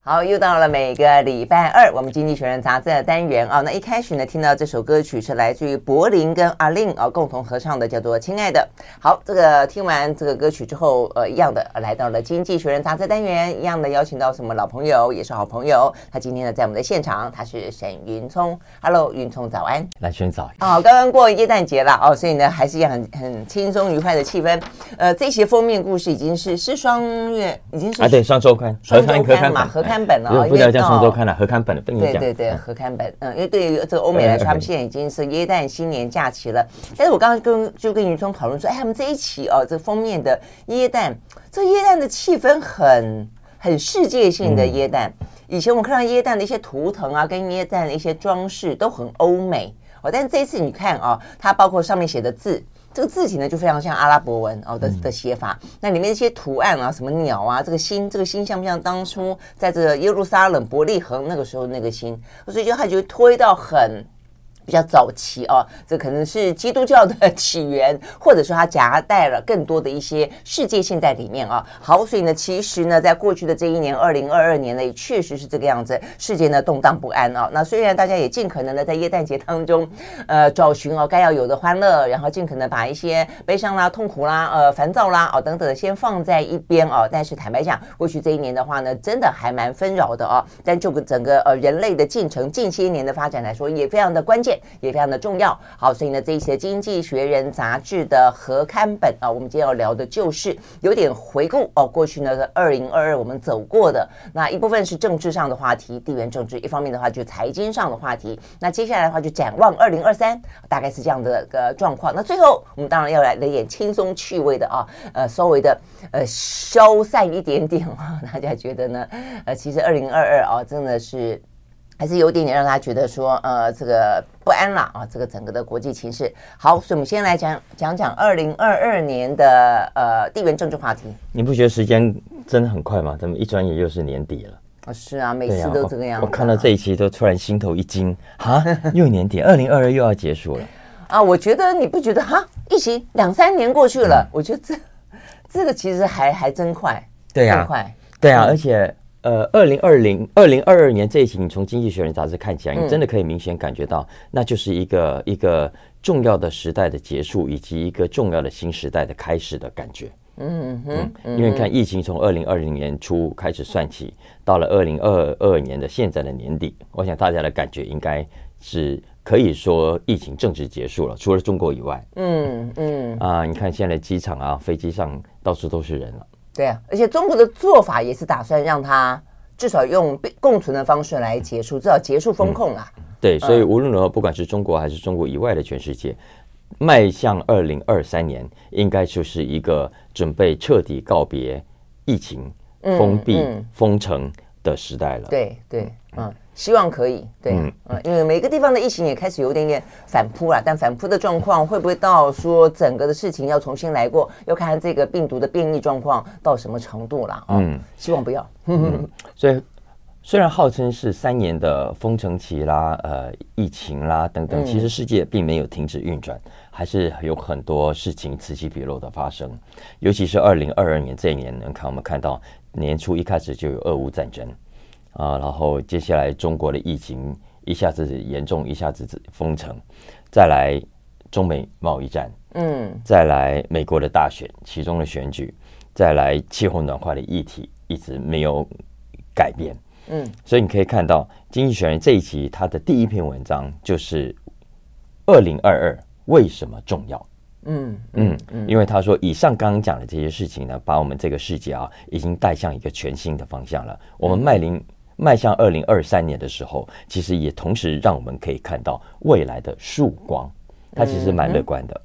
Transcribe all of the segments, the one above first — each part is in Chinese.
好，又到了每个礼拜二，我们经济学人杂志的单元啊。那一开始呢，听到这首歌曲是来自于柏林跟阿令共同合唱的，叫做《亲爱的》。好，这个听完这个歌曲之后，一样的来到了经济学人杂志单元，一样的邀请到什么老朋友，也是好朋友。他今天呢在我们的现场，他是沈云聪。Hello， 云聪早安。 蓝轩早。 刚刚过耶诞节了哦，所以呢还是一样很轻松愉快的气氛。这些封面故事已经是双月，已经是对，双周刊嘛，合刊本了。 不要叫双周刊了，合刊本了，不能讲。 对，合刊本。因为对于这个欧美来说，他们现在已经是耶诞新年假期了。但是我刚刚跟云聪讨论说，他们这一期这封面的耶诞，这耶诞的气氛很世界性的耶诞。以前我们看到耶诞的一些图腾啊，跟耶诞的一些装饰都很欧美但是这一次你看它包括上面写的字。这个字体呢就非常像阿拉伯文的写法，那里面一些图案啊，什么鸟啊，这个心像不像当初在这个耶路撒冷伯利恒那个时候那个心，所以它就推到很比较早期这可能是基督教的起源，或者说它夹带了更多的一些世界性在里面好，所以呢，其实呢，在过去的这一年2022年呢，也确实是这个样子，世界呢动荡不安那虽然大家也尽可能的在耶诞节当中，找寻该要有的欢乐，然后尽可能把一些悲伤啦、痛苦啦、烦躁啦等等的先放在一边但是坦白讲，过去这一年的话呢，真的还蛮纷扰的但就整个人类的进程，近些年的发展来说，也非常的关键。也非常的重要。好，所以呢，这一些经济学人杂志的合刊本我们今天要聊的就是有点回顾过去呢2022我们走过的那一部分是政治上的话题，地缘政治；一方面的话就是财经上的话题。那接下来的话就展望2023，大概是这样的个状况。那最后我们当然要来点轻松趣味的稍微的消散一点点大家觉得呢？其实2022真的是。还是有点让他觉得说这个不安啦这个整个的国际情势。好，所以我们先来讲2022年的地缘政治话题。 你不觉得时间真的很快吗？怎么一转眼又是年底了？ 是啊，每次都这个样子。 我看到这一期都突然心头一惊又年底，2022又要结束了我觉得你不觉得疫情2-3年过去了，我觉得这个其实还真快。 对啊， 快。 对啊，而且2022年这一期，你从《经济学人》杂志看起来，你真的可以明显感觉到，那就是一个重要的时代的结束，以及一个重要的新时代的开始的感觉。因为你看，疫情从2020年初开始算起，到了2022年的现在的年底，我想大家的感觉应该是可以说疫情正式结束了，除了中国以外。你看现在机场飞机上到处都是人了。 对啊，而且中国的做法也是打算让它至少用共存的方式来结束，至少结束风控啦。 对，所以无论如何，不管是中国还是中国以外的全世界，迈向2023年，应该就是一个准备彻底告别疫情、封闭、封城的时代了。 对，希望可以。对，因为每个地方的疫情也开始有点反扑啦，但反扑的状况会不会到说整个的事情要重新来过，要看这个病毒的变异状况到什么程度啦。希望不要。 所以虽然号称是3年的封城期啦、疫情啦等等，其实世界并没有停止运转，还是有很多事情此起彼落的发生。尤其是2022年这一年，我们看到年初一开始就有俄乌战争然后接下来中国的疫情一下子严重，一下子封城，再来中美贸易战，再来美国的大选，其中的选举，再来气候暖化的议题一直没有改变。所以你可以看到《经济学人》这一期它的第一篇文章就是2022为什么重要。因为他说以上刚刚讲的这些事情呢，把我们这个世界已经带向一个全新的方向了。我们迈向2023年的时候，其实也同时让我们可以看到未来的曙光，它其实蛮乐观的。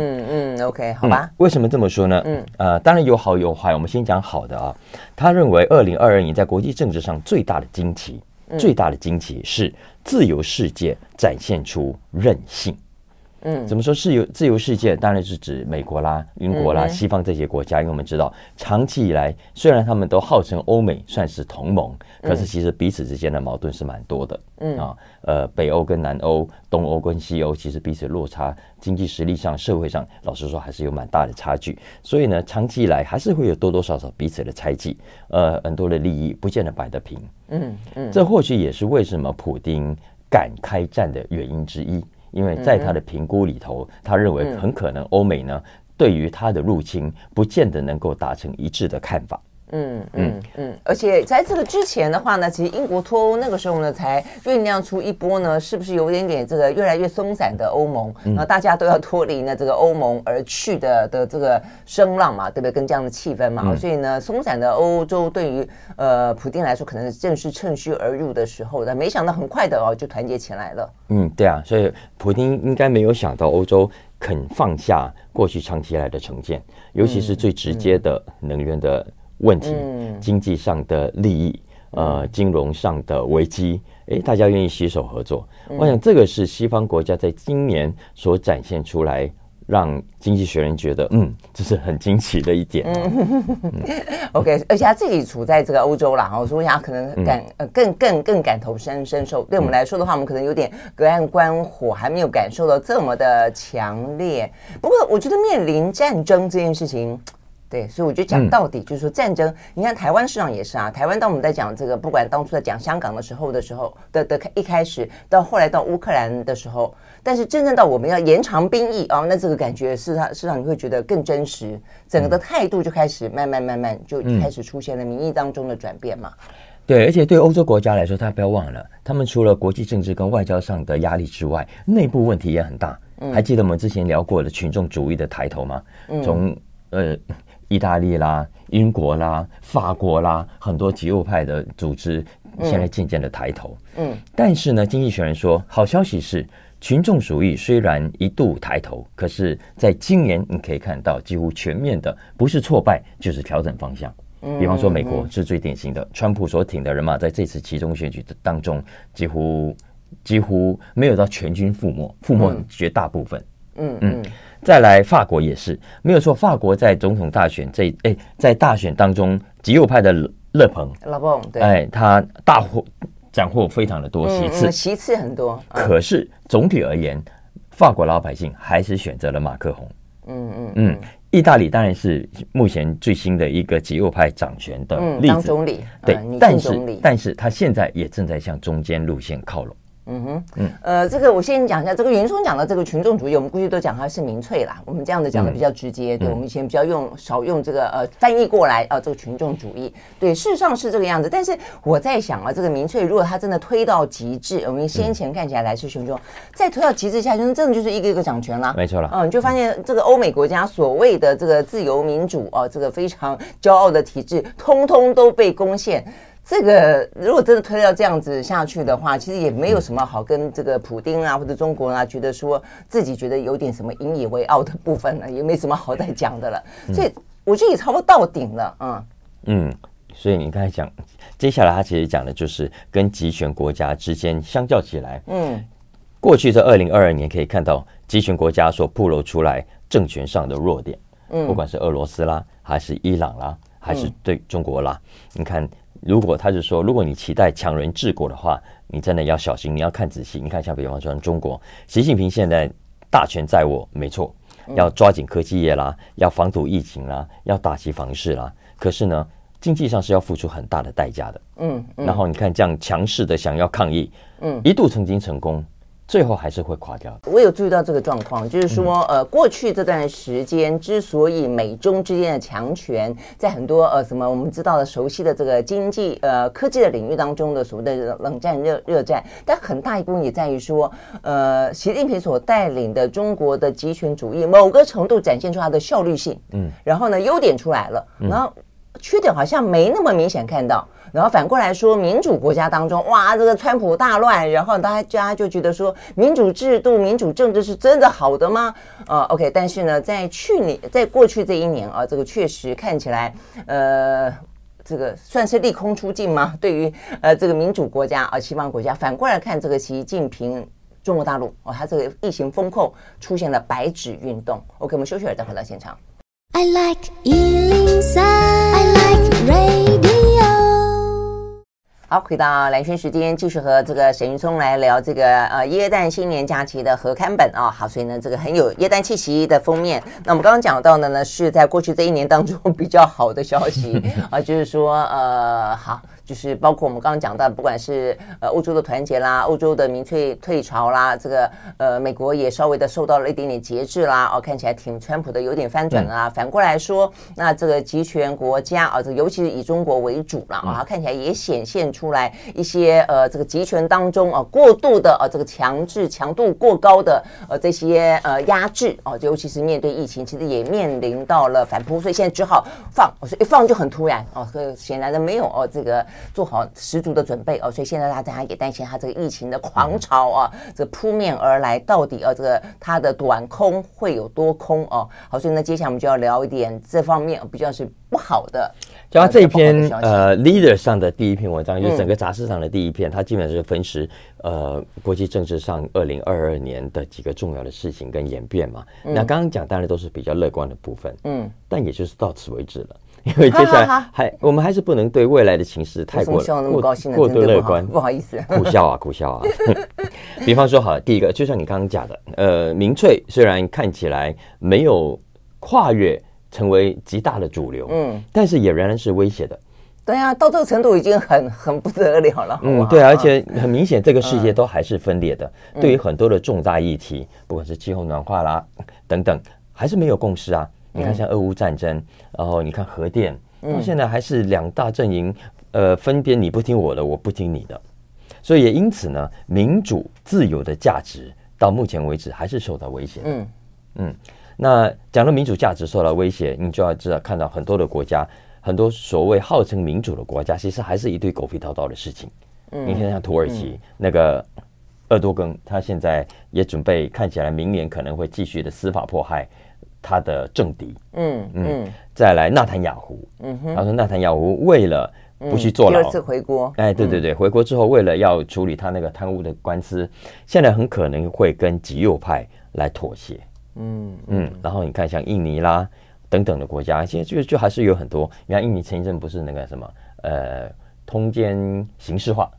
OK， 好吧。 为什么这么说呢？当然有好有坏，我们先讲好的他认为2022年在国际政治上最大的惊奇是自由世界展现出韧性。 怎么说自由世界？当然是指美国啦、英国啦、西方这些国家，因为我们知道长期以来，虽然他们都号称欧美算是同盟，可是其实彼此之间的矛盾是蛮多的。北欧跟南欧、东欧跟西欧，其实彼此落差，经济实力上、社会上，老实说还是有蛮大的差距。所以呢，长期以来还是会有多多少少彼此的猜忌，很多的利益不见得摆得平。这或许也是为什么普丁敢开战的原因之一。因为在他的评估里头，他认为很可能欧美呢对于他的入侵不见得能够达成一致的看法。 而且在这个之前的话呢，其实英国脱欧那个时候呢，才酝酿出一波呢，是不是有点这个越来越松散的欧盟，然后大家都要脱离呢这个欧盟而去的这个声浪嘛，对不对？跟这样的气氛嘛，所以呢，松散的欧洲对于普丁来说，可能正是趁虚而入的时候，但没想到很快的就团结起来了。 对啊，所以普丁应该没有想到欧洲肯放下过去长期以来的成见，尤其是最直接的能源的问题，经济上的利益，金融上的危机，大家愿意携手合作。我想这个是西方国家在今年所展现出来，让经济学人觉得，这是很惊奇的一点。 OK， 而且他自己处在这个欧洲啦，所以他可能更感同身受。对我们来说的话，我们可能有点隔岸观火，还没有感受到这么的强烈。不过，我觉得面临战争这件事情。对，所以我就讲到底，就是说战争，你看台湾市场也是啊。台湾当我们在讲这个，不管当初在讲香港的时候的一开始，到后来到乌克兰的时候，但是真正到我们要延长兵役那这个感觉事实上你会觉得更真实，整个的态度就开始慢慢就开始出现了民意当中的转变嘛。 对，而且对欧洲国家来说，他不要忘了，他们除了国际政治跟外交上的压力之外，内部问题也很大。还记得我们之前聊过的群众主义的抬头吗？从意大利啦、英国啦、法国啦，很多极右派的组织现在渐渐的抬头。但是呢，经济学人说，好消息是，群众主义虽然一度抬头，可是在今年你可以看到，几乎全面的不是挫败，就是调整方向。比方说，美国是最典型的，川普所挺的人马，在这次期中选举当中，几乎没有到全军覆没绝大部分。再来，法国也是没有错。法国在总统大选在大选当中，极右派的勒庞，对，他斩获非常的多席次很多。 可是总体而言，法国老百姓还是选择了马克宏。意大利当然是目前最新的一个极右派掌权的例子， 当总理。 对，但是他现在也正在向中间路线靠拢。 这个我先讲一下，这个云松讲的这个群众主义，我们过去都讲它是民粹啦，我们这样子讲的比较直接。对，我们以前比较少用这个翻译过来这个群众主义。对，事实上是这个样子。但是我在想这个民粹如果它真的推到极致，我们先前看起来来势汹汹，再推到极致下去，真的就是一个一个掌权啦。 没错了。 你就发现这个欧美国家所谓的这个自由民主这个非常骄傲的体制，通通都被攻陷。这个如果真的推到这样子下去的话，其实也没有什么好跟这个普丁或者中国觉得说自己觉得有点什么引以为傲的部分了，也没什么好再讲的了。所以我觉得也差不多到顶了。 所以你刚才讲，接下来他其实讲的就是跟集权国家之间相较起来，过去在2022年可以看到集权国家所暴露出来政权上的弱点，不管是俄罗斯啦，还是伊朗啦，还是对中国啦，你看。如果他就说，如果你期待强人治国的话，你真的要小心，你要看仔细。你看，像比方说中国，习近平现在大权在握，没错，要抓紧科技业啦，要防堵疫情啦，要打击房市啦。可是呢，经济上是要付出很大的代价的。然后你看，这样强势的想要抗议，一度曾经成功。最后还是会垮掉。 我有注意到这个状况，就是说，过去这段时间之所以美中之间的强权，在很多什么我们知道的熟悉的这个经济科技的领域当中的所谓的冷战热战，但很大一部分也在于说，习近平所带领的中国的集权主义，某个程度展现出它的效率性，然后呢优点出来了，然后缺点好像没那么明显看到。然后反过来说，民主国家当中，哇，这个川普大乱，然后大家就觉得说，民主制度、民主政治是真的好的吗？OK， 但是呢，在过去这一年这个确实看起来，这个算是利空出尽吗？对于这个民主国家西方国家，反过来看这个习近平中国大陆它这个疫情风控出现了白纸运动。OK， 我们休息了再回到现场。I like 103, I like radio。好，回到蓝轩时间，继续和这个沈云聪来聊这个耶诞新年假期的合刊本啊。好，所以呢，这个很有耶诞气息的封面。那我们刚刚讲到的呢，是在过去这一年当中比较好的消息啊，就是说好。就是包括我们刚刚讲到，不管是欧洲的团结啦，欧洲的民粹退潮啦，这个美国也稍微的受到了一点点节制啦，看起来挺川普的有点翻转啦。反过来说，那这个集权国家这尤其是以中国为主啦看起来也显现出来一些这个集权当中过度的这个强度过高的这些压制尤其是面对疫情，其实也面临到了反扑，所以现在只好放，一放就很突然显然的没有这个。做好十足的准备所以现在大家也担心它这个疫情的狂潮这扑面而来，到底这个它的短空会有多空好，所以呢，接下来我们就要聊一点这方面比较是不好的。 就它这一篇Leader 上的第一篇文章，就是整个杂志上的第一篇，它基本上是分析国际政治上2022年的几个重要的事情跟演变嘛。那刚刚讲当然都是比较乐观的部分，但也就是到此为止了。因为接下来我们还是不能对未来的情势太过度乐观， 不好意思， 苦笑啊。比方说，好，第一个就像你刚刚讲的，民粹虽然看起来没有跨越成为极大的主流，但是也仍然是威胁的。 对啊，到这个程度已经很不得了了。 对，而且很明显，这个世界都还是分裂的。对于很多的重大议题，不管是气候暖化啦等等，还是没有共识啊。你看像俄乌战争，然后你看核电，到现在还是两大阵营分别你不听我的，我不听你的，所以也因此呢，民主自由的价值到目前为止还是受到威胁的。那讲到民主价值受到威胁，你就要知道看到很多的国家，很多所谓号称民主的国家，其实还是一堆狗屁叨叨的事情。你看像土耳其那个厄多根，他现在也准备看起来明年可能会继续的司法迫害他的政敌，再来纳坦雅胡，他说纳坦雅胡为了不去坐牢， 第二次回国， 对，回国之后为了要处理他那个贪污的官司，现在很可能会跟极右派来妥协，然后你看像印尼啦等等的国家，现在就还是有很多，你看印尼前一阵不是那个什么通奸刑事化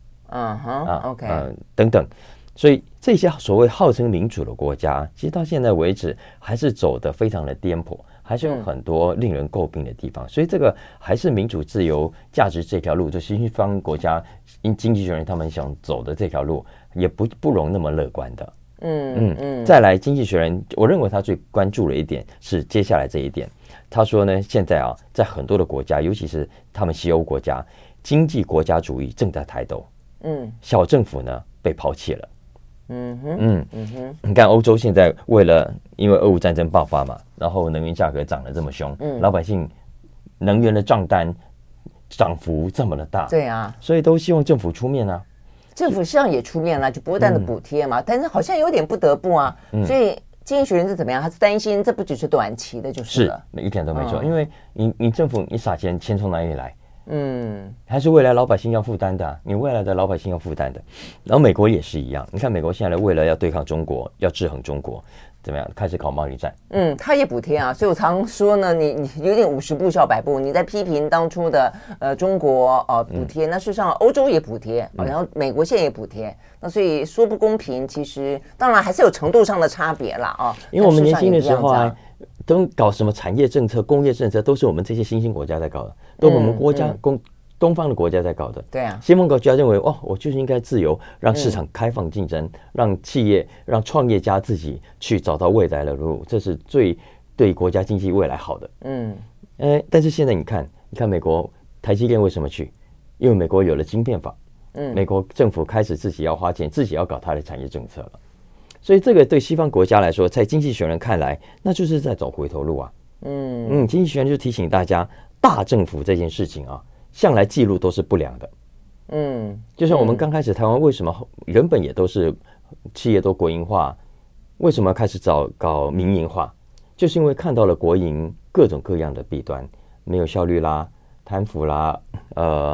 ，OK， 等等。所以这些所谓号称民主的国家，其实到现在为止还是走得非常的颠簸，还是有很多令人诟病的地方。所以这个还是民主自由价值这条路，就西方国家经济学人他们想走的这条路，也不容那么乐观的。再来，经济学人我认为他最关注的一点是接下来这一点。他说呢，现在在很多的国家，尤其是他们西欧国家，经济国家主义正在抬头，小政府呢被抛弃了。你看欧洲现在因为俄乌战争爆发嘛，然后能源价格涨得这么凶，老百姓能源的账单涨幅这么的大， 对啊， 所以都希望政府出面啊。 政府实际上也出面了，就不断的补贴嘛，但是好像有点不得不啊，所以经济学人是怎么样？他是担心这不只是短期的，就是了， 一点都没错，因为你政府你撒钱从哪里来？还是未来老百姓要负担的，你未来的老百姓要负担的。然后美国也是一样，你看美国现在为了要对抗中国，要制衡中国，怎么样？开始搞贸易战。 他也补贴啊，所以我常说呢，你有点50步笑100步。你在批评当初的中国补贴，那事实上欧洲也补贴，然后美国现在也补贴，那所以说不公平，其实当然还是有程度上的差别啦因为我们年轻的时候都搞什么产业政策、工业政策，都是我们这些新兴国家在搞的，都是我们国家东方的国家在搞的。 对啊， 西方国家认为我就是应该自由，让市场开放竞争，让企业、让创业家自己去找到未来的路，这是最对国家经济未来好的。但是现在你看美国台积电为什么去？因为美国有了晶片法，美国政府开始自己要花钱，自己要搞它的产业政策了。所以这个对西方国家来说，在经济学人看来，那就是在走回头路啊。经济学人就提醒大家，大政府这件事情向来记录都是不良的。就像我们刚开始台湾为什么原本也都是企业都国营化，为什么开始搞民营化？就是因为看到了国营各种各样的弊端，没有效率啦、贪腐啦、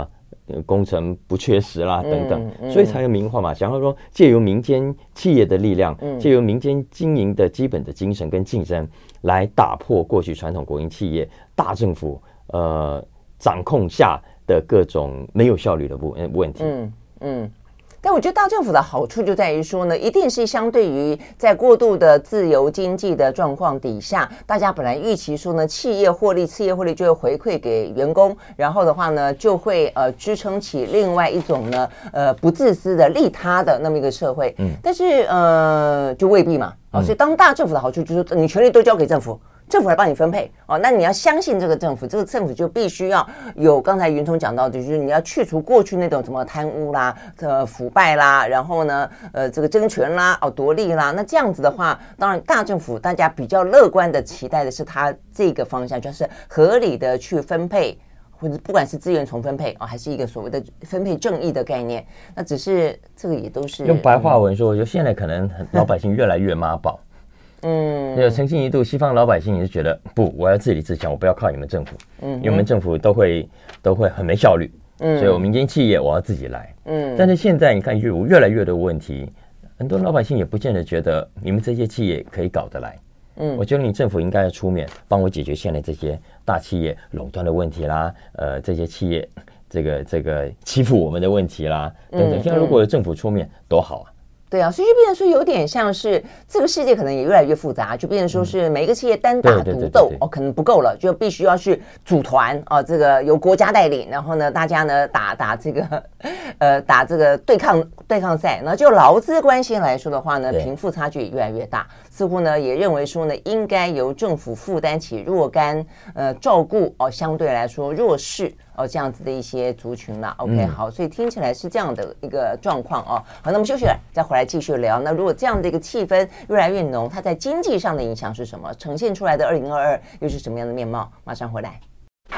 工程不缺实啦等等，所以才有民化嘛。想要说借由民间企业的力量，借由民间经营的基本的精神跟竞争，来打破过去传统国营企业大政府掌控下的各种没有效率的问题。 但我觉得大政府的好处就在于说呢，一定是相对于在过度的自由经济的状况底下，大家本来预期说呢，企业获利就会回馈给员工，然后的话呢，就会支撑起另外一种呢不自私的利他的那么一个社会。但是就未必嘛。所以当大政府的好处就是你权力都交给政府。政府来帮你分配那你要相信这个政府，这个政府就必须要有刚才云彤讲到的，就是你要去除过去那种什么贪污啦、腐败啦，然后呢这个争权啦、夺利啦，那这样子的话，当然大政府大家比较乐观的期待的是它这个方向，就是合理的去分配，或者不管是资源重分配还是一个所谓的分配正义的概念，那只是这个也都是用白话文说，我觉得现在可能老百姓越来越妈宝。曾经一度西方老百姓也是觉得不，我要自立自强，我不要靠你们政府，因为我们政府都会很没效率，所以我民间企业我要自己来。但是现在你看有越来越多问题，很多老百姓也不见得觉得你们这些企业可以搞得来。我觉得你政府应该要出面帮我解决现在这些大企业垄断的问题啦，这些企业这个欺负我们的问题啦等等。现在如果有政府出面多好啊！ 对啊，所以就变成说有点像是这个世界可能也越来越复杂，就变成说是每一个企业单打独斗可能不够了，就必须要去组团这个由国家带领，然后呢大家呢打这个对抗赛，然后就劳资关系来说的话呢，贫富差距也越来越大，似乎呢也认为说呢应该由政府负担起若干照顾相对来说弱势这样子的一些族群啦。OK， 好，所以听起来是这样的一个状况好，那我们休息了，再回来继续聊。那如果这样的一个气氛越来越浓，它在经济上的影响是什么？呈现出来的2022又是什么样的面貌？马上回来。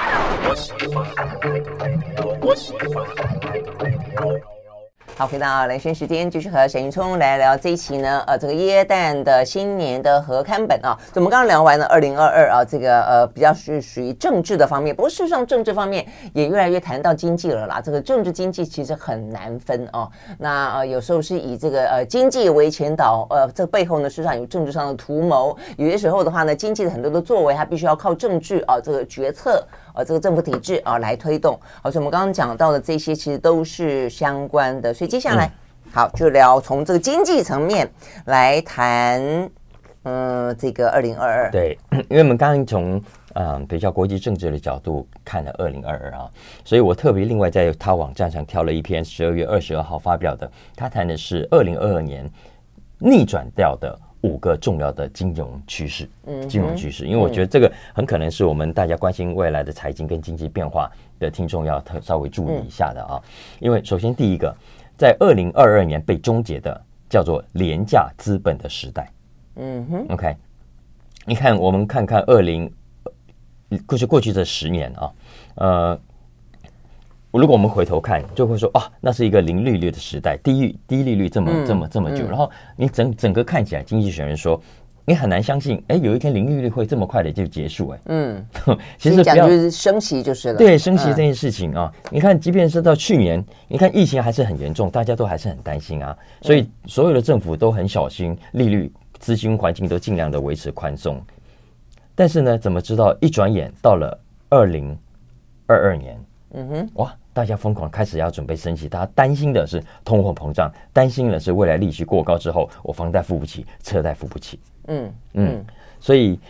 好，回到蓝轩时间，继续和沈云聪来聊这一期呢，这个耶诞的新年的合刊本我们刚刚聊完了2022这个比较是属于政治的方面，不过事实上政治方面也越来越谈到经济了啦。这个政治经济其实很难分那有时候是以这个经济为前导，这背后呢事实上有政治上的图谋，有些时候的话呢，经济的很多的作为它必须要靠政治这个决策这个政府体制来推动。所以我们刚刚讲到的这些其实都是相关的，所以接下来好就聊从这个经济层面来谈这个2022。 对，因为我们刚刚从比较国际政治的角度看了2022所以我特别另外在他网站上挑了一篇12月22号发表的，他谈的是2022年逆转掉的5个重要的金融趋势，因为我觉得这个很可能是我们大家关心未来的财经跟经济变化的听众要稍微注意一下的因为首先第一个，在2022年被终结的叫做廉价资本的时代。OK， 你看我们看看过去这10年如果我们回头看，就会说那是一个零利率的时代，低利率这么久，然后你整个看起来，经济学人说你很难相信，有一天零利率会这么快的就结束， 其实讲就是升息就是了。 对，升息这件事情你看，即便是到去年，你看疫情还是很严重，大家都还是很担心所以所有的政府都很小心，利率、资金环境都尽量的维持宽松。但是呢，怎么知道一转眼到了2022年？哇！大家疯狂开始要准备升息，大家担心的是通货膨胀，担心的是未来利息过高之后，我房贷付不起，车贷付不起。所以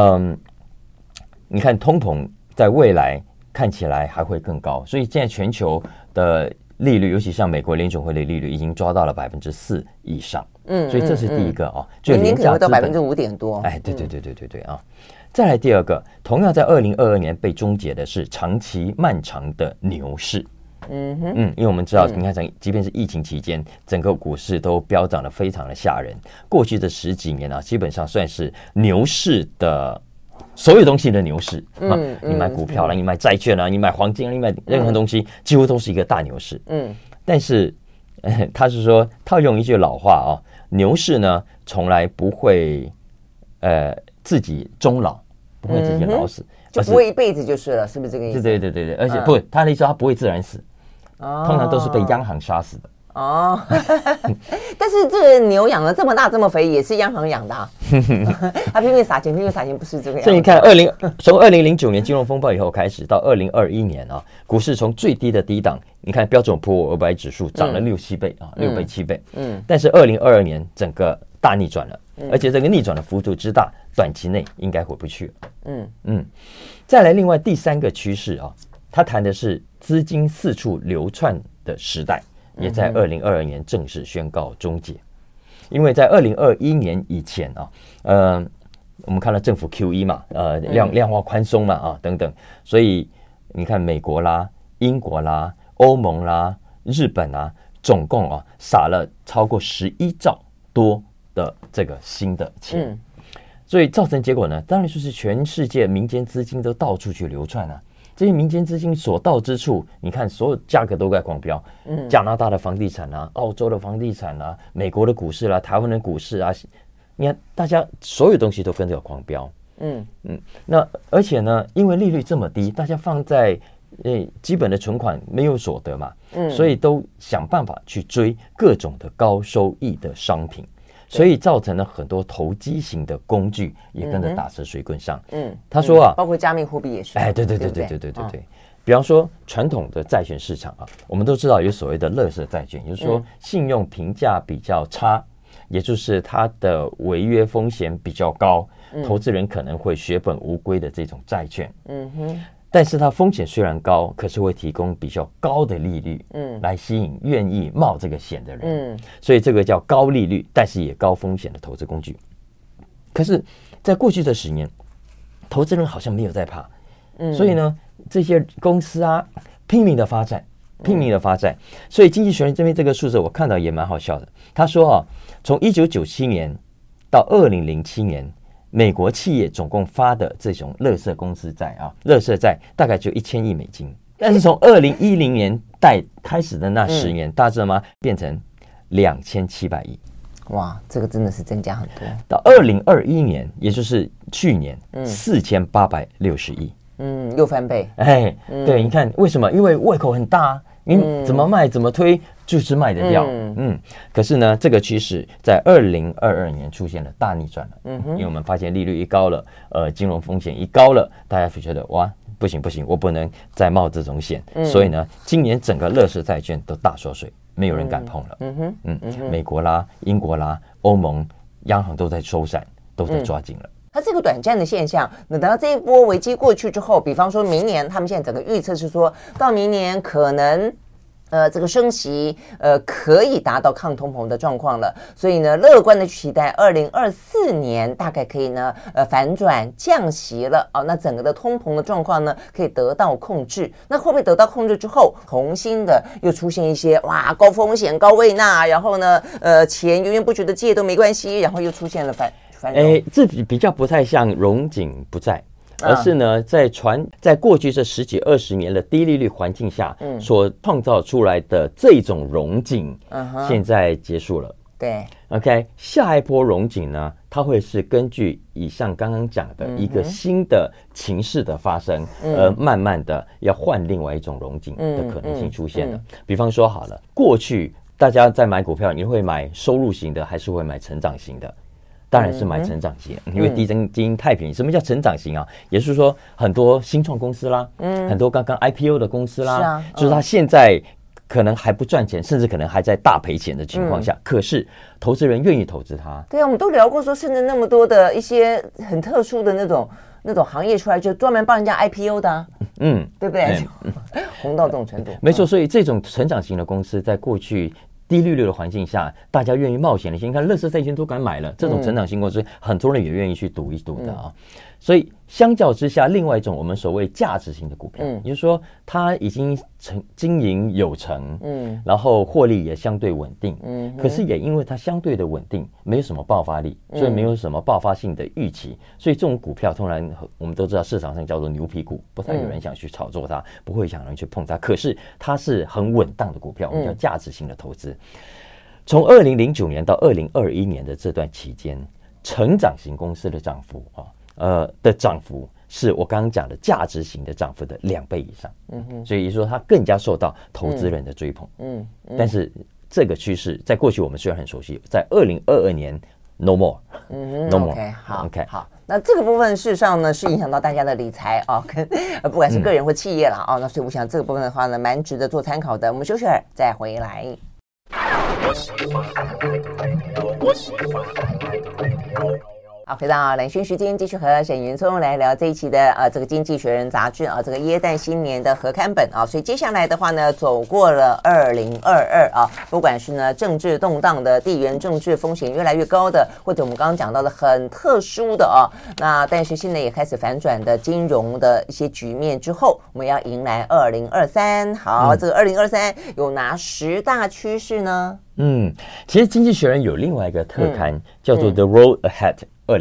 你看通膨在未来看起来还会更高，所以现在全球的利率，尤其像美国联准会的利率，已经抓到了4%以上。所以这是第一个就明年可能会到5%点多。 对再来第二个，同样在2022年被终结的是长期漫长的牛市。因为我们知道，你看，即便是疫情期间，整个股市都飙涨得非常的吓人。过去的10几年基本上算是牛市的所有东西的牛市。你买股票啦，你买债券啦，你买黄金，你买任何东西，几乎都是一个大牛市。但是他是说，套用一句老话牛市呢，从来不会自己终老，不会自己老死， 就不会一辈子就是了，是不是这个意思？ 对，而且不，他的意思他不会自然死， 通常都是被央行杀死的。 哦，但是这个牛养了这么大这么肥，也是央行养的啊。他拼命撒钱，不是这个样子。 所以你看，从2009年金融风暴以后开始，到2021年啊，股市从最低的低档，你看标准普尔500指数涨了6-7倍啊，6倍7倍。但是2022年整个大逆转了，而且这个逆转的幅度之大，短期内应该回不去了。再来，另外第三个趋势啊，他谈的是资金四处流窜的时代。也在2022年正式宣告终结，因为在2021年以前啊，我们看到政府 QE 嘛，量化宽松嘛啊等等，所以你看美国啦、英国啦、欧盟啦、日本啊，总共啊撒了超过11兆多的这个新的钱，所以造成结果呢，当然就是全世界民间资金都到处去流窜啊。这些民间资金所到之处，你看所有价格都在狂飙，加拿大的房地产啊，澳洲的房地产啊，美国的股市啦，台湾的股市啊，你看大家所有东西都跟着狂飙，那而且呢，因为利率这么低，大家放在基本的存款没有所得嘛，所以都想办法去追各种的高收益的商品。所以造成了很多投机型的工具也跟着打蛇随棍上。他说啊， 包括加密货币也是。 对，比方说传统的债券市场啊，我们都知道有所谓的垃圾债券，就是说信用评价比较差，也就是它的违约风险比较高，投资人可能会血本无归的这种债券。但是它风险虽然高，可是会提供比较高的利率，来吸引愿意冒这个险的人，所以这个叫高利率，但是也高风险的投资工具。可是，在过去这10年，投资人好像没有在怕，所以呢，这些公司啊，拼命的发债，所以经济学人这边这个数字我看到也蛮好笑的。他说啊，从1997年到2007年。美国企业总共发的这种垃圾公司债啊，垃圾债大概就1000亿美金，但是从2010年代开始的那10年，大家知道吗？变成2700亿。 哇，这个真的是增加很多。 到2021年，也就是去年，4860亿。 又翻倍。 对，你看为什么？因为胃口很大啊。你怎么卖怎么推就是卖得掉，可是呢，这个趋势在2022年出现了大逆转了，因为我们发现利率一高了，金融风险一高了，大家会觉得哇，不行，我不能再冒这种险，所以呢，今年整个垃圾债券都大缩水，没有人敢碰了，美国啦、英国啦、欧盟央行都在收闪，都在抓紧了。 它是个短暂的现象，等到这一波危机过去之后，比方说明年，他们现在整个预测是说到明年可能这个升息可以达到抗通膨的状况了，所以呢，乐观的期待2024年大概可以呢反转降息了那整个的通膨的状况呢可以得到控制。那会不会得到控制之后，重新的又出现一些哇高风险高位纳，然后呢钱源源不绝的借都没关系，然后又出现了这比较不太像荣景不再，而是呢，在过去这10几20年的低利率环境下，所创造出来的这种荣景，现在结束了。 对 ，OK， 下一波荣景呢，它会是根据以上刚刚讲的一个新的情势的发生，而慢慢的要换另外一种荣景的可能性出现了。比方说好了，过去大家在买股票，你会买收入型的，还是会买成长型的？当然是买成长型，因为基金太便宜。什么叫成长型啊？也就是说，很多新创公司啦，很多刚刚 IPO 的公司啦，就是它现在可能还不赚钱，甚至可能还在大赔钱的情况下，可是投资人愿意投资它。 对啊，我们都聊过说，甚至那么多的一些很特殊的那种行业出来，就专门帮人家 IPO 的啊，对不对？红到这种程度， 没错。所以这种成长型的公司在过去低利率的环境下，大家愿意冒险的，你看垃圾债券都敢买了，这种成长型公司，很多人也愿意去赌一赌的啊。所以相较之下，另外一种我们所谓价值型的股票，也就是说它已经经营有成，然后获利也相对稳定，可是也因为它相对的稳定，没有什么爆发力，所以没有什么爆发性的预期，所以这种股票通常我们都知道市场上叫做牛皮股，不太有人想去炒作它，不会想人去碰它，可是它是很稳当的股票，我们叫价值型的投资。从2009年到2021年的这段期间，成长型公司的涨幅是我刚刚讲的价值型的涨幅的2倍以上。所以说它更加受到投资人的追捧。但是这个趋势在过去我们虽然很熟悉，在2022年 no more。no more。 OK， 好 OK 好。那这个部分事实上呢，是影响到大家的理财啊，跟不管是个人或企业啦啊，那所以我想这个部分的话呢，蛮值得做参考的。我们休息会儿再回来。好，回到蓝轩时间，继续和沈云聪来聊这一期的这个《经济学人》杂志啊，这个耶诞新年的合刊本啊。所以接下来的话呢，走过了2022啊，不管是呢政治动荡的、地缘政治风险越来越高的，或者我们刚刚讲到的很特殊的啊，那但是现在也开始反转的金融的一些局面之后，我们要迎来2023。好，这个2023有哪10大趋势呢？ 其实《经济学人》有另外一个特刊，叫做 The Road Ahead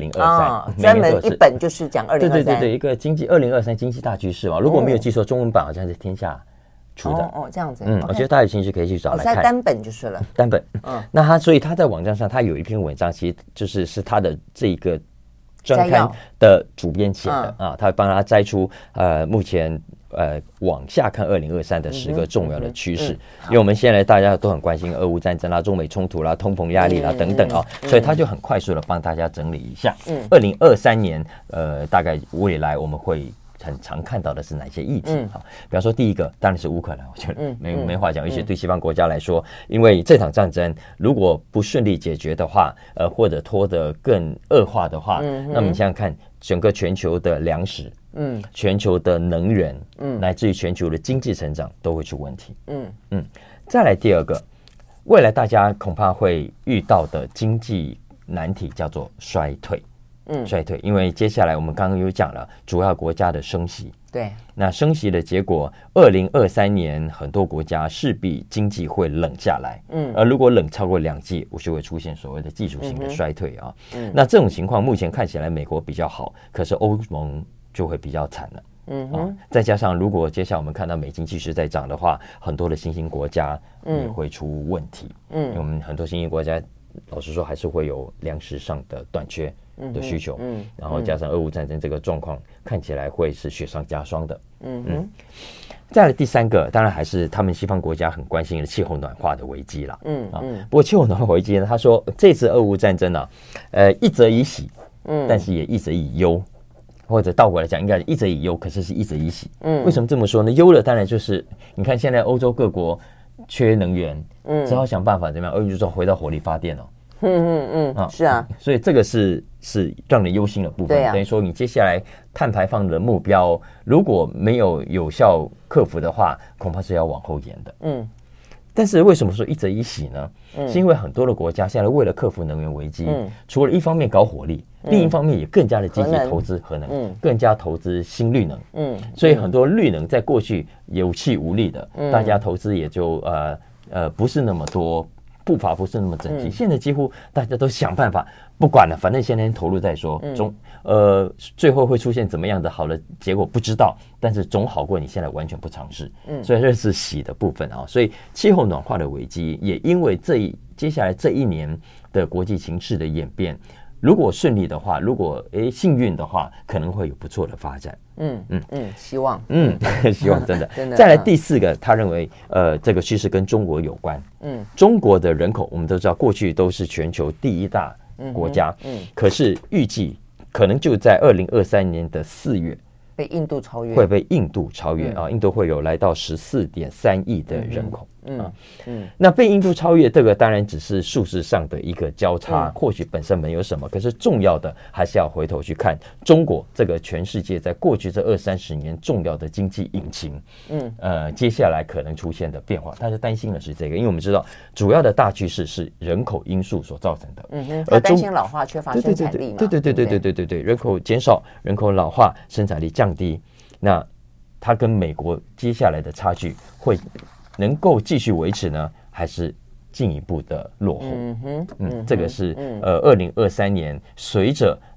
2023， 专门一本就是讲2023， 对，一个2023经济大趋势嘛。如果没有记错，中文版好像是天下出的。 这样子。 我觉得大家有兴趣可以去找来看。 在单本就是了。 单本。那所以他在网站上，他有一篇文章，其实是他的这一个专刊的主编写的啊，他帮他摘出目前往下看2023的10个重要的趋势，因为我们现在大家都很关心俄乌战争啦、中美冲突啦、通膨压力啦等等啊，所以他就很快速的帮大家整理一下，2023年大概未来我们会很常看到的是哪些议题？比方说第一个当然是乌克兰，我觉得没话讲，而且对西方国家来说，因为这场战争如果不顺利解决的话，或者拖得更恶化的话，那么你想想看，整个全球的粮食。全球的能源，乃至于全球的经济成长都会出问题。再来第二个，未来大家恐怕会遇到的经济难题叫做衰退。衰退，因为接下来我们刚刚有讲了，主要国家的升息。 对， 那升息的结果，2023年很多国家势必经济会冷下来。而如果冷超过2季，就会出现所谓的技术性的衰退啊。那这种情况目前看起来美国比较好，可是欧盟就会比较惨了。再加上如果接下来我们看到美金继续在涨的话，很多的新兴国家也会出问题。因为我们很多新兴国家老实说还是会有粮食上的短缺的需求，然后加上俄乌战争这个状况，看起来会是雪上加霜的。再来第3个，当然还是他们西方国家很关心的气候暖化的危机啦。不过气候暖化危机呢，他说这次俄乌战争啊，一则以喜，但是也一则以忧。或者倒过来讲，应该一则以忧，可是是一则以喜。为什么这么说呢？忧了当然就是你看现在欧洲各国缺能源，只好想办法怎么样，俄就回到火力发电了。 是啊， 所以这个是让人忧心的部分。等于说你接下来碳排放的目标如果没有效克服的话，恐怕是要往后延的。但是为什么说一则以喜呢？是因为很多的国家现在为了克服能源危机，除了一方面搞火力，另一方面也更加的积极投资核能，更加投资新绿能。所以很多绿能在过去有气无力的，大家投资也就不是那么多，步伐不是那么整齐。现在几乎大家都想办法，不管了，反正先投入再说。最后会出现怎么样的好的结果不知道，但是总好过你现在完全不尝试。所以这是喜的部分啊。所以气候暖化的危机也因为接下来这1年的国际情势的演变，如果顺利的话，如果幸运的话，可能会有不错的发展。 希望， 希望真的。再来第4个，他认为这个趋势跟中国有关。中国的人口我们都知道，过去都是全球第1大国家，可是预计可能就在2023年的4月被印度超越， 会被印度超越啊！印度会有来到14.3亿的人口。那被印度超越，这个当然只是数字上的一个交叉，或许本身没有什么，可是重要的还是要回头去看中国这个全世界在过去这20-30年重要的经济引擎。接下来可能出现的变化，大家担心的是这个，因为我们知道主要的大趋势是人口因素所造成的。 他担心老化缺乏生产力嘛？ 对，人口减少，人口老化，生产力降低，那它跟美国接下来的差距会能够继续维持呢，还是进一步的落后？这个是2023年随着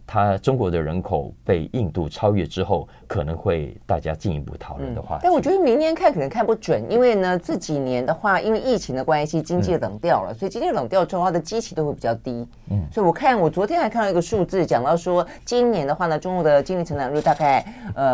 它中国的人口被印度超越之后，可能会大家进一步讨论的话题。 但我觉得明年看可能看不准，因为呢这几年的话，因为疫情的关系，经济冷掉了，所以经济冷掉之后，它的基期都会比较低。所以我昨天还看到一个数字，讲到说今年的话呢，中国的经济成长率大概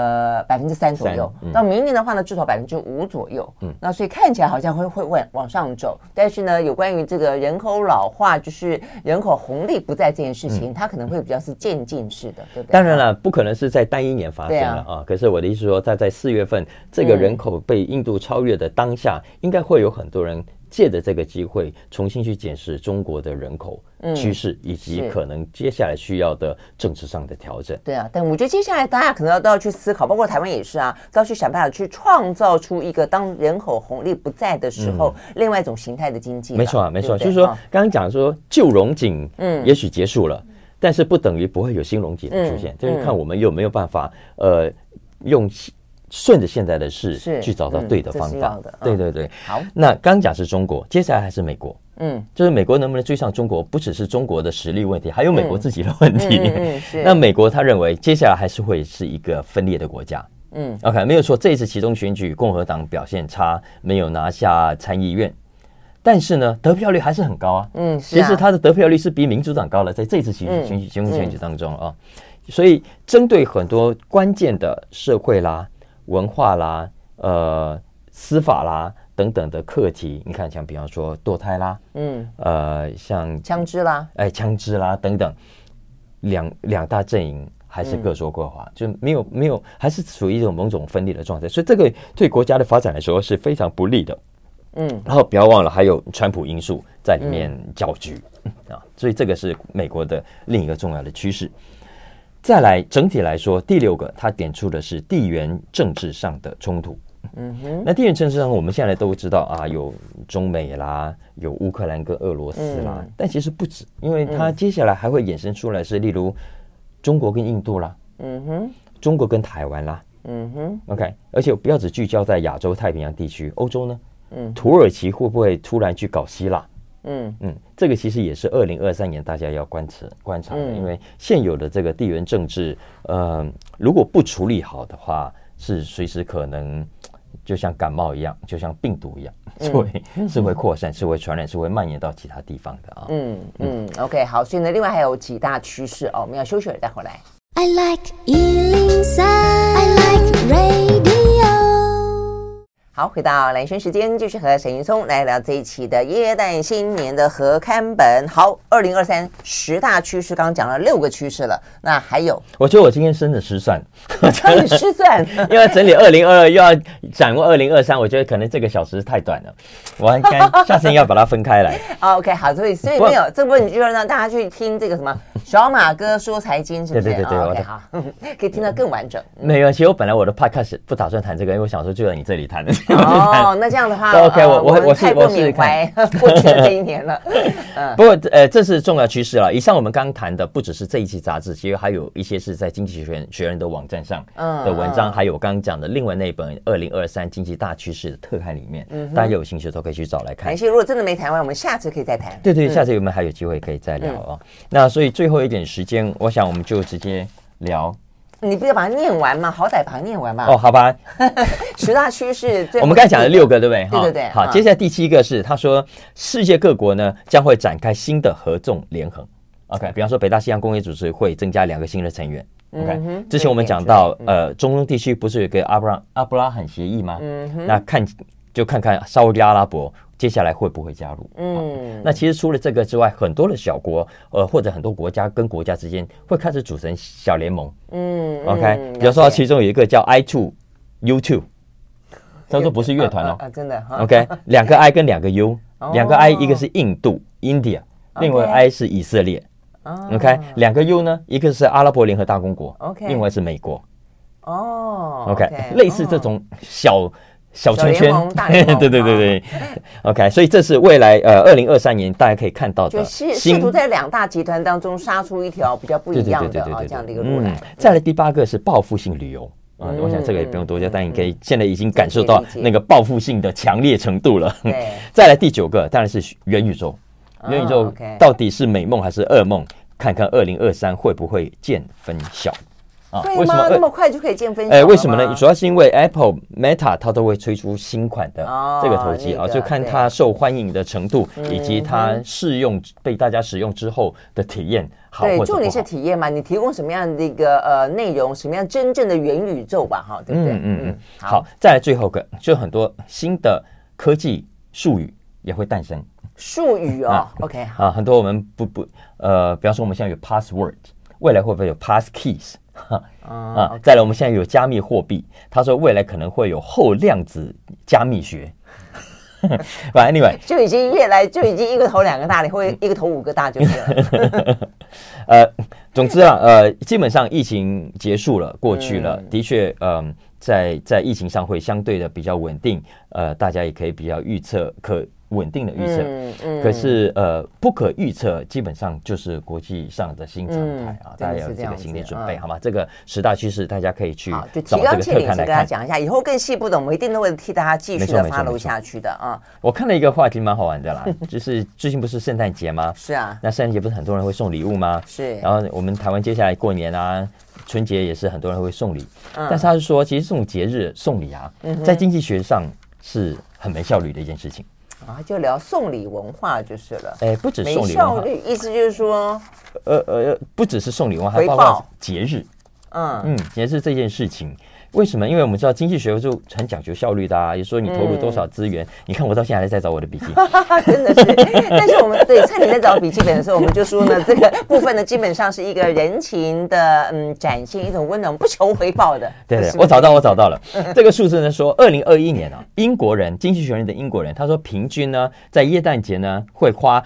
3%左右，到明年的话呢，至少5%左右。那所以看起来好像会往上走，但是呢，有关于这个人口老化，就是人口红利不在这件事情，它可能会比较是渐进式的，对不对？ 当然了，不可能是在单一年发生了啊。可是我的意思说，在4月份这个人口被印度超越的当下，应该会有很多人借着这个机会重新去检视中国的人口趋势，以及可能接下来需要的政治上的调整。 对啊，但我觉得接下来大家可能都要去思考，包括台湾也是啊，都要去想办法去创造出一个当人口红利不在的时候，另外一种形态的经济。 没错啊，没错，就是说刚刚讲说旧荣景也许结束了，但是不等于不会有新荣景的出现，就是看我们有没有办法用顺着现在的事去找到对的方法。对对对。好，那刚刚讲是中国，接下来还是美国。就是美国能不能追上中国，不只是中国的实力问题，还有美国自己的问题。那美国他认为接下来还是会是一个分裂的国家。OK， 没有错，这一次其中选举共和党表现差，没有拿下参议院，但是呢，得票率还是很高啊。其实他的得票率是比民主党高了，在这次选举当中啊。所以针对很多关键的社会啦、文化啦、司法啦等等的课题，你看像比方说堕胎啦，像枪支啦， 等等，两大阵营还是各说各话，就没有，还是处于一种某种分裂的状态，所以这个对国家的发展来说是非常不利的。然后不要忘了还有川普因素在里面搅局所以这个是美国的另一个重要的趋势。再来，整体来说，第6个他点出的是地缘政治上的冲突。那地缘政治上，我们现在都知道啊，有中美啦，有乌克兰跟俄罗斯啦，但其实不止，因为它接下来还会衍生出来是，例如中国跟印度啦，中国跟台湾啦，OK， 而且不要只聚焦在亚洲太平洋地区，欧洲呢，土耳其会不会突然去搞希腊？这个其实也是2023年大家要观察的，因为现有的这个地缘政治，如果不处理好的话，是随时可能就像感冒一样，就像病毒一样，是会扩散，是会传染，是会蔓延到其他地方的啊。 OK， 好，所以呢，另外还有几大趋势哦，我们要休息了，再回来。 I like 103, I like radio。 好，回到蓝轩时间，继续和沈云松来聊这一期的耶诞新年的合刊本。好，2023 10大趋势，刚刚讲了6个趋势了，那还有？ 我觉得我今天真的失算， 你失算， 因为整理2022又要掌握2023，我觉得可能这个小时太短了，我应该下次应该把它分开来。 OK， 好，所以没有这部分，你就让大家去听这个什么小马哥说财经，是不是？对，OK， 好，可以听得更完整。 没有，其实我本来我的 podcast 不打算谈这个，因为我想说就在你这里谈的。 那这样的话 ，OK， 我太过缅怀过去的这一年了。 不过这是重要趋势了。以上我们刚谈的不只是这一期杂志，其实还有一些是在经济学人的网站上的文章，还有我刚刚讲的另外那本2023经济大趋势的特刊里面，大家有兴趣都可以去找来看。 如果真的没谈完，我们下次可以再谈。 对，下次我们还有机会可以再聊哦。那所以最后一点时间，我想我们就直接聊。 你不要把它念完嘛，好歹把它念完嘛。 好吧。 10大趋势， 我们刚才讲了6个，对不对？ 对。 好，接下来第7个是他说，世界各国呢将会展开新的合纵连横。OK， 比方说北大西洋公约组织会增加2个新的成员。OK， 之前我们讲到中东地区不是有个阿布拉罕协议吗？那看看沙烏地阿拉伯接下来会不会加入？那其实除了这个之外，很多的小国或者很多国家跟国家之间会开始组成小联盟。OK， 比如说其中有一个叫 I2U2， 他说不是乐团哦， 真的。 OK， 2个 I 跟2个 U，2个 I 一个是印度 India， 另外 I 是以色列。OK， 2个 U 呢，一个是阿拉伯联合大公国，另外是美国。OK， 类似这种小圈圈，对，OK， 所以这是未来2023年大家可以看到的， 试图在2大集团当中杀出一条比较不一样的这样的一个路来。 再来第8个是报复性旅游我想这个也不用多讲，但你可以现在已经感受到那个报复性的强烈程度了。再来第9个当然是元宇宙，元宇宙到底是美梦还是噩梦？ 看看2023会不会见分晓。 对吗？那么快就可以见分晓了吗？ 为什么呢？主要是因为 Apple Meta 它都会推出新款的这个头机就看它受欢迎的程度，以及它试用被大家使用之后的体验好或者不好。 对，重点是体验嘛，你提供什么样的一个内容，什么样真正的元宇宙吧，哈，对不对？ 好，再来最后个，就很多新的科技术语也会诞生。 术语OK 很多我们比方说我们现在有 password， 未来会不会有 pass keys？再来我们现在有加密货币，他说未来可能会有后量子加密学。Anyway， 就已经一个头两个大，或一个头5个大就是了。 总之基本上疫情结束了，过去了，的确，在疫情上会相对的比较稳定，大家也可以比较稳定的预测，可是不可预测，基本上就是国际上的新常态大家有这个心理准备，好吗？这个10大趋势大家可以去找这个特刊来看。跟大家讲一下，以后更细不懂，我们一定都会替大家继续的 follow 下去的啊。 我看了一个话题蛮好玩的啦，就是最近不是圣诞节吗？ 是啊， 那圣诞节不是很多人会送礼物吗？ 是。 然后我们台湾接下来过年春节也是很多人会送礼，但是他是说，其实这种节日送礼在经济学上是很没效率的一件事情。 就聊送礼文化就是了。 不止送礼文化， 意思就是说， 不只是送礼文化，还包括节日。节日这件事情，为什么？因为我们知道经济学就很讲究效率的也说你投入多少资源。你看我到现在还在找我的笔记， 真的是。但是我们趁你在找笔记本的时候，我们就说呢，这个部分呢，基本上是一个人情的展现，一种温暖，不求回报的。 对，我找到了。这个数字呢说，2021年英国人，经济学人的英国人，他说平均呢在耶诞节呢会花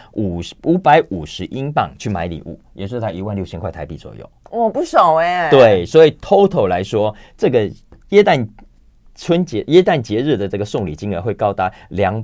550英镑去买礼物，也就是在16000块台币左右。 不少对，所以 total 来说，这个耶诞节日的这个送礼金额会高达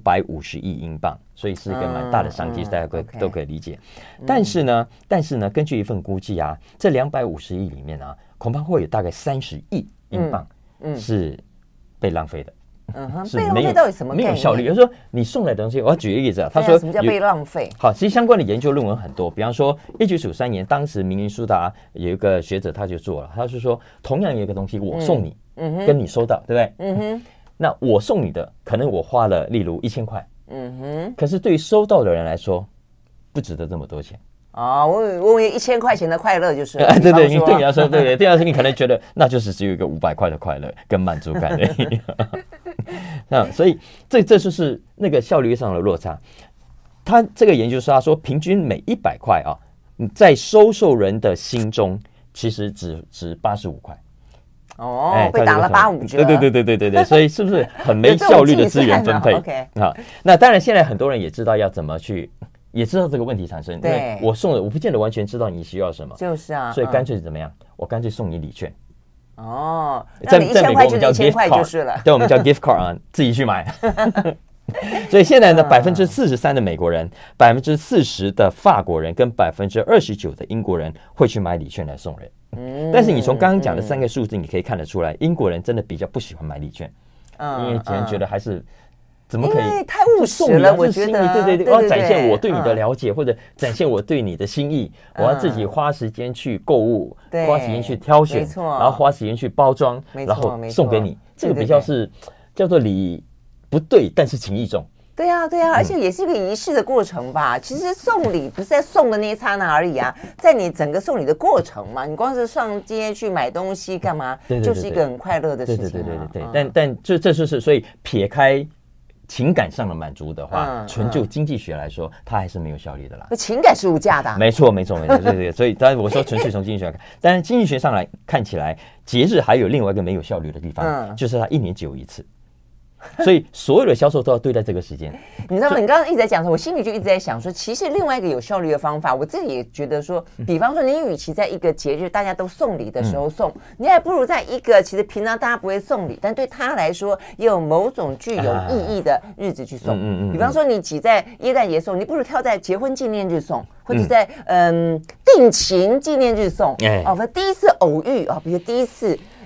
250亿英镑，所以是一个蛮大的商机，大家都可以理解。但是呢，根据一份估计这250亿里面恐怕会有大概30亿英镑是被浪费的。 被浪费到底什么概念？ 没有效率。有时候你送来的东西，我要举一个例子他说什么叫被浪费？ 好，其实相关的研究论文很多，比方说1993年，当时明尼苏达有一个学者他就做了，他是说同样有一个东西我送你，跟你收到，对不对？那我送你的，可能我花了例如1000块，可是对于收到的人来说，不值得这么多钱。 我以1000块钱的快乐就是了。 对，你对你来说，对，第二是你可能觉得那就是只有一个500块的快乐跟满足感而已。所以这就是那个效率上的落差。他这个研究他说，平均每100块在收受人的心中，其实只值85块。 被打了85折。 对，所以是不是很没效率的资源分配？那当然，现在很多人也知道要怎么去。也知道这个问题产生，因为我送的我不见得完全知道你需要什么， 就是所以干脆怎么样？我干脆送你礼券。 在美国我们叫 gift card 就是了， 对，我们叫 gift card 自己去买。所以现在呢，43%的美国人、40%的法国人跟29%的英国人会去买礼券来送人。但是你从刚刚讲的3个数字，你可以看得出来，英国人真的比较不喜欢买礼券，因为觉得还是。怎么可以太务实了？我觉得对，我要展现我对你的了解，或者展现我对你的心意。我要自己花时间去购物，花时间去挑选，然后花时间去包装，然后送给你。这个比较是叫做礼不对，但是情意重。 对啊，而且也是一个仪式的过程吧。其实送礼不是在送的那一刹那而已在你整个送礼的过程嘛。你光是上街去买东西干嘛，就是一个很快乐的事情。 对。但这就是所以撇开。情感上的满足的话，纯就经济学来说，它还是没有效率的啦。 情感是无价的。 没错，对。所以当然我说纯粹从经济学来看，但是经济学上来看起来，节日还有另外一个没有效率的地方，就是它1年只有一次。所以所有的销售都要对待这个时间。 你知道吗？你刚刚一直在讲说，我心里就一直在想说，其实另外一个有效率的方法，我自己也觉得说，比方说你与其在一个节日大家都送礼的时候送，你还不如在一个其实平常大家不会送礼，但对他来说也有某种具有意义的日子去送。比方说你挤在耶诞节送，你不如挑在结婚纪念日送，或者在定情纪念日送。第一次偶遇比如第一次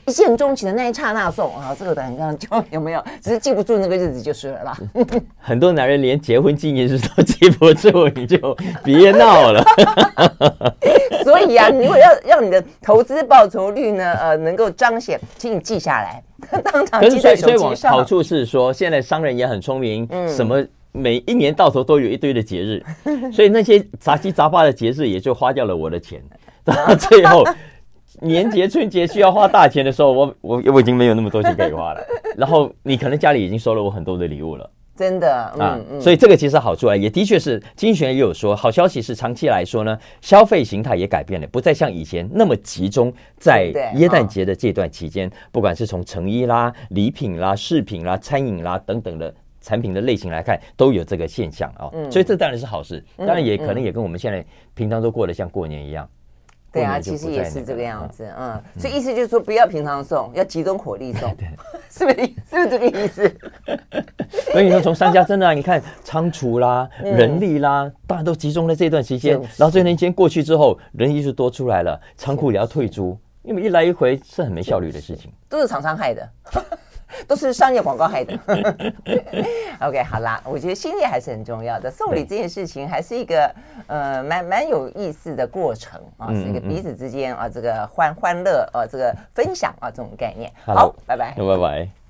一见钟情的那一刹那送啊，这个等刚就有没有？只是记不住那个日子就是了啦。 很多男人连结婚纪念日都记不住，你就别闹了。 所以啊，你如果要让你的投资报酬率呢，能够彰显，请你记下来，当场记在手机上。 所以好处是说，现在商人也很聪明，什么每一年到头都有一堆的节日，所以那些杂七杂八的节日也就花掉了我的钱。到最后年节、春节需要花大钱的时候，我已经没有那么多钱可以花了。然后你可能家里已经收了我很多的礼物了。 真的， 所以这个其实好处啊，也的确是经济学也有说，好消息是长期来说呢，消费形态也改变了，不再像以前那么集中在耶诞节的这段期间，不管是从成衣啦、礼品啦、饰品啦、餐饮啦等等的产品的类型来看，都有这个现象啊，所以这当然是好事，当然也可能也跟我们现在平常都过得像过年一样。 对啊，其实也是这个样子，所以意思就是说，不要平常送，要集中火力送，是不是这个意思？ 所以你说从商家真的你看仓储啦、人力啦，当然都集中在这段期间，然后这段时间过去之后，人力就多出来了，仓库也要退租，因为一来一回是很没效率的事情， 都是厂商害的。都是商业广告害的。OK， 好啦，我觉得心意还是很重要的。送礼这件事情还是一个蛮有意思的过程啊，是一个彼此之间啊这个欢乐这个分享啊这种概念。好，拜拜， 拜拜。